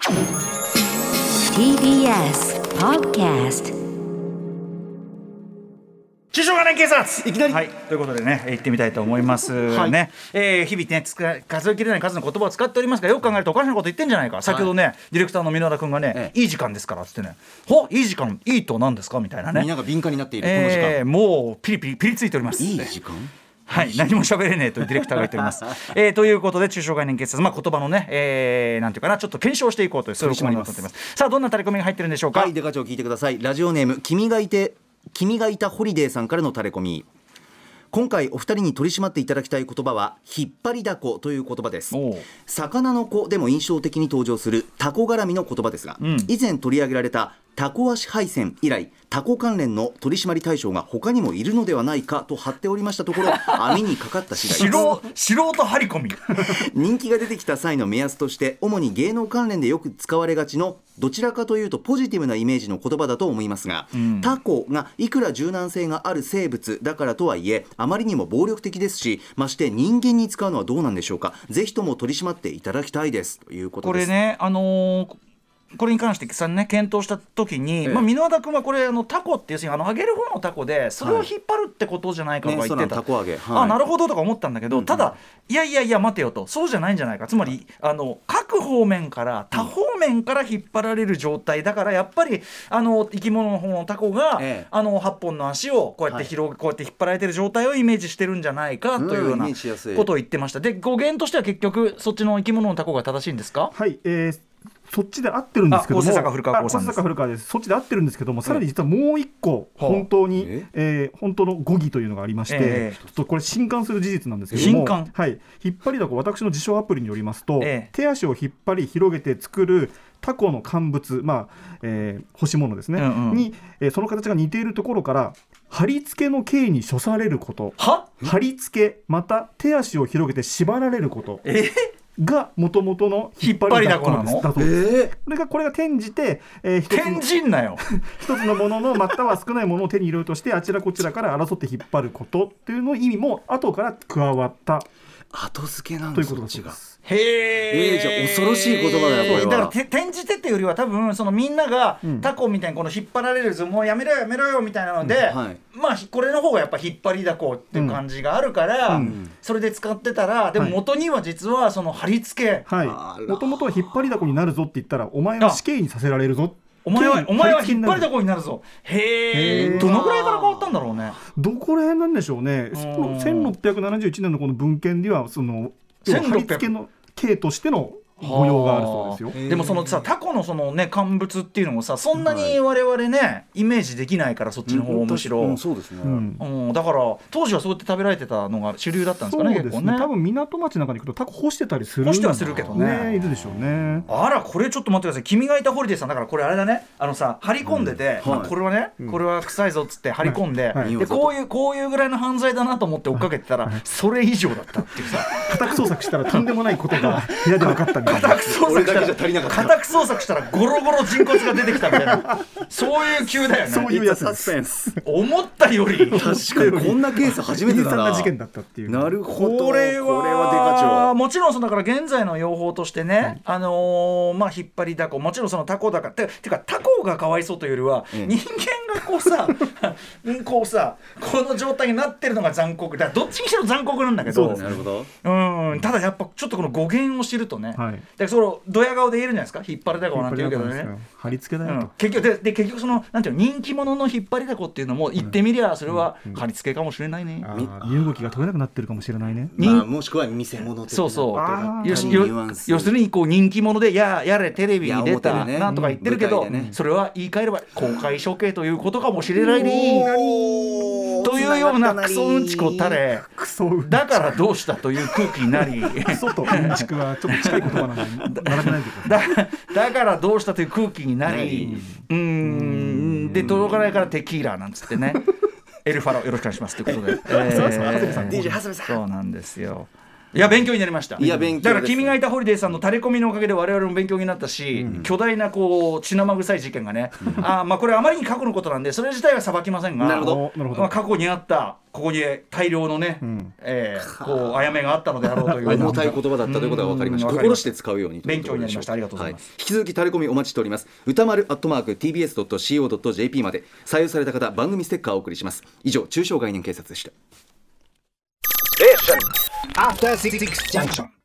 TBS Podcast。 中小概念警察いきなり、 はい、ということでね行ってみたいと思います、 はいね日々ね数えきれない数の言葉を使っておりますが、よく考えるとおかしなこと言ってんじゃないか。先ほどね、ディレクターの箕田君がね、いい時間ですからっつってね、いい時間、いいと何ですかみたいなね、 みんなが敏感になっているこの時間、 もうピリついております。 いい時間、 はい、何も喋れねえというディレクターが言っております、ということで中小概念警察、言葉のね、なんていうかな、ちょっと検証していこうというそういうコーナーになっております。さあどんなタレコミが入ってるんでしょうか。 はい、デカ長聞いてください。ラジオネーム君がいたホリデーさんからのタレコミ。今回お二人に取り締まっていただきたい言葉は引っ張りだこという言葉です。魚の子でも印象的に登場するタコ絡みの言葉ですが、以前取り上げられたタコ足配線以来、タコ関連の取締り対象が他にもいるのではないかと張っておりましたところ網にかかった次第です。 素人張り込み人気が出てきた際の目安として主に芸能関連でよく使われがちのどちらかというとポジティブなイメージの言葉だと思いますが、タコがいくら柔軟性がある生物だからとはいえあまりにも暴力的ですし、まして人間に使うのはどうなんでしょうか。ぜひとも取り締まっていただきたいですということです。 これね、これに関してさ、ね、検討した時に、箕輪田君はこれタコって要するに揚げる方のタコでそれを引っ張るってことじゃないかとか言ってた、 タコ揚げ、 なるほどとか思ったんだけど、ただいや待てよと、そうじゃないんじゃないか。つまり各方面から多方面から引っ張られる状態だから、やっぱり生き物の方のタコが、8本の足をこうやってこうやって引っ張られてる状態をイメージしてるんじゃないかというようなことを言ってました。で語源としては結局そっちの生き物のタコが正しいんですか。 はい、そっちで合ってるんですけども、 高瀬坂古川さんです。 古川です。そっちで合ってるんですけども、さらに実はもう一個本当に、本当の語義というのがありまして、ちょっとこれ震撼する事実なんですけども、はい、引っ張りだこ、私の自称アプリによりますと、手足を引っ張り広げて作るタコの乾物、干し物ですね、に、その形が似ているところから貼り付けの刑に処されること、貼り付けまた手足を広げて縛られること、が元々の引っ張りだこなのだと、これが転じて、 転じんなよ一つのもののまたは少ないものを手に入れようとしてあちらこちらから争って引っ張ることっていうの意味も後から加わった後付けなんということです。 へじゃあ恐ろしい言葉だよこれは。 だから転じてっていうよりは多分そのみんながタコみたいにこの引っ張られる図もうやめろよみたいなので、これの方がやっぱ引っ張りだこっていう感じがあるから、それで使ってたら、でも元には実はその貼り付け、 もともとは引っ張りだこになるぞって言ったらお前は死刑にさせられるぞ、 お前は引っ張りだこになるぞ。どのぐらいから変わったんだろうね。 どこら辺なんでしょうね。1671年のこの文献ではその貼り付けの刑としての御用があるそうですよ。 でもそのさタコのそのね乾物っていうのもさそんなに我々ね、イメージできないからそっちの方むしろ、 そうですね、 だから当時はそうやって食べられてたのが主流だったんですかね。 そうですね、多分港町なんかに行くとタコ干してたりする干してはするけどね、 いるでしょうね。 あらこれちょっと待ってください。君がいたホリデーさんだからこれあれだね、さ張り込んでて、これはね、これは臭いぞっつって張り込んで、でこういうぐらいの犯罪だなと思って追っかけてたら、それ以上だったっていうさ、 家宅捜索したらとんでもないことが部屋で分かったみたいな。 家宅捜索したらゴロゴロ人骨が出てきたみたいなそういう級だよね。 そういうやつサスペンス。 思ったより確かにこんなケース初めてだな。 な事件だったっていう。 なるほど。 これはもちろんだから現在の用法としてね、引っ張りだこ、もちろんそのタコだからてかタコがかわいそうというよりは、人間がこうさこの状態になってるのが残酷だ。どっちにしろ残酷なんだけど、 なるほど。 ただやっぱちょっとこの語源を知るとね、でそのドヤ顔で言えるんじゃないですか。引っ張りだこなんて言うけどね、 貼り付けだよと、 結局そのなんていうの、人気者の引っ張りだこっていうのも言ってみりゃそれは貼り付けかもしれないね。 身動きが取れなくなってるかもしれないね。 もしくは見せ物的な。 要するにこう人気者でやれテレビに出たなんとか言ってるけど、それは言い換えれば公開処刑ということかもしれないねというようなクソうんちこたれだからどうしたという空気になり、 クソとうんちくはちょっと近い言葉なので並べないでください。 だからどうしたという空気になり、で届かないからテキーラなんつってねエルファロよろしくお願いしますということで、 DJ 長谷部さんそうなんですよ。 いや勉強になりました。 いや勉強です。 だから君がいたホリデーさんのタレコミのおかげで我々も勉強になったし、巨大なこう血生臭い事件がね、まあこれあまりに過去のことなんでそれ自体は裁きませんが、 なるほど、 まあ、過去にあったここに大量のね、こうあやめがあったのであろうという重たい言葉だったということが分かりました。心して使うように勉強になりました。ありがとうございます。 引き続きタレコミお待ちしております。歌丸@tbs.co.jp まで採用された方番組ステッカーをお送りします。以上中小概念警察でした。 After 66 junction.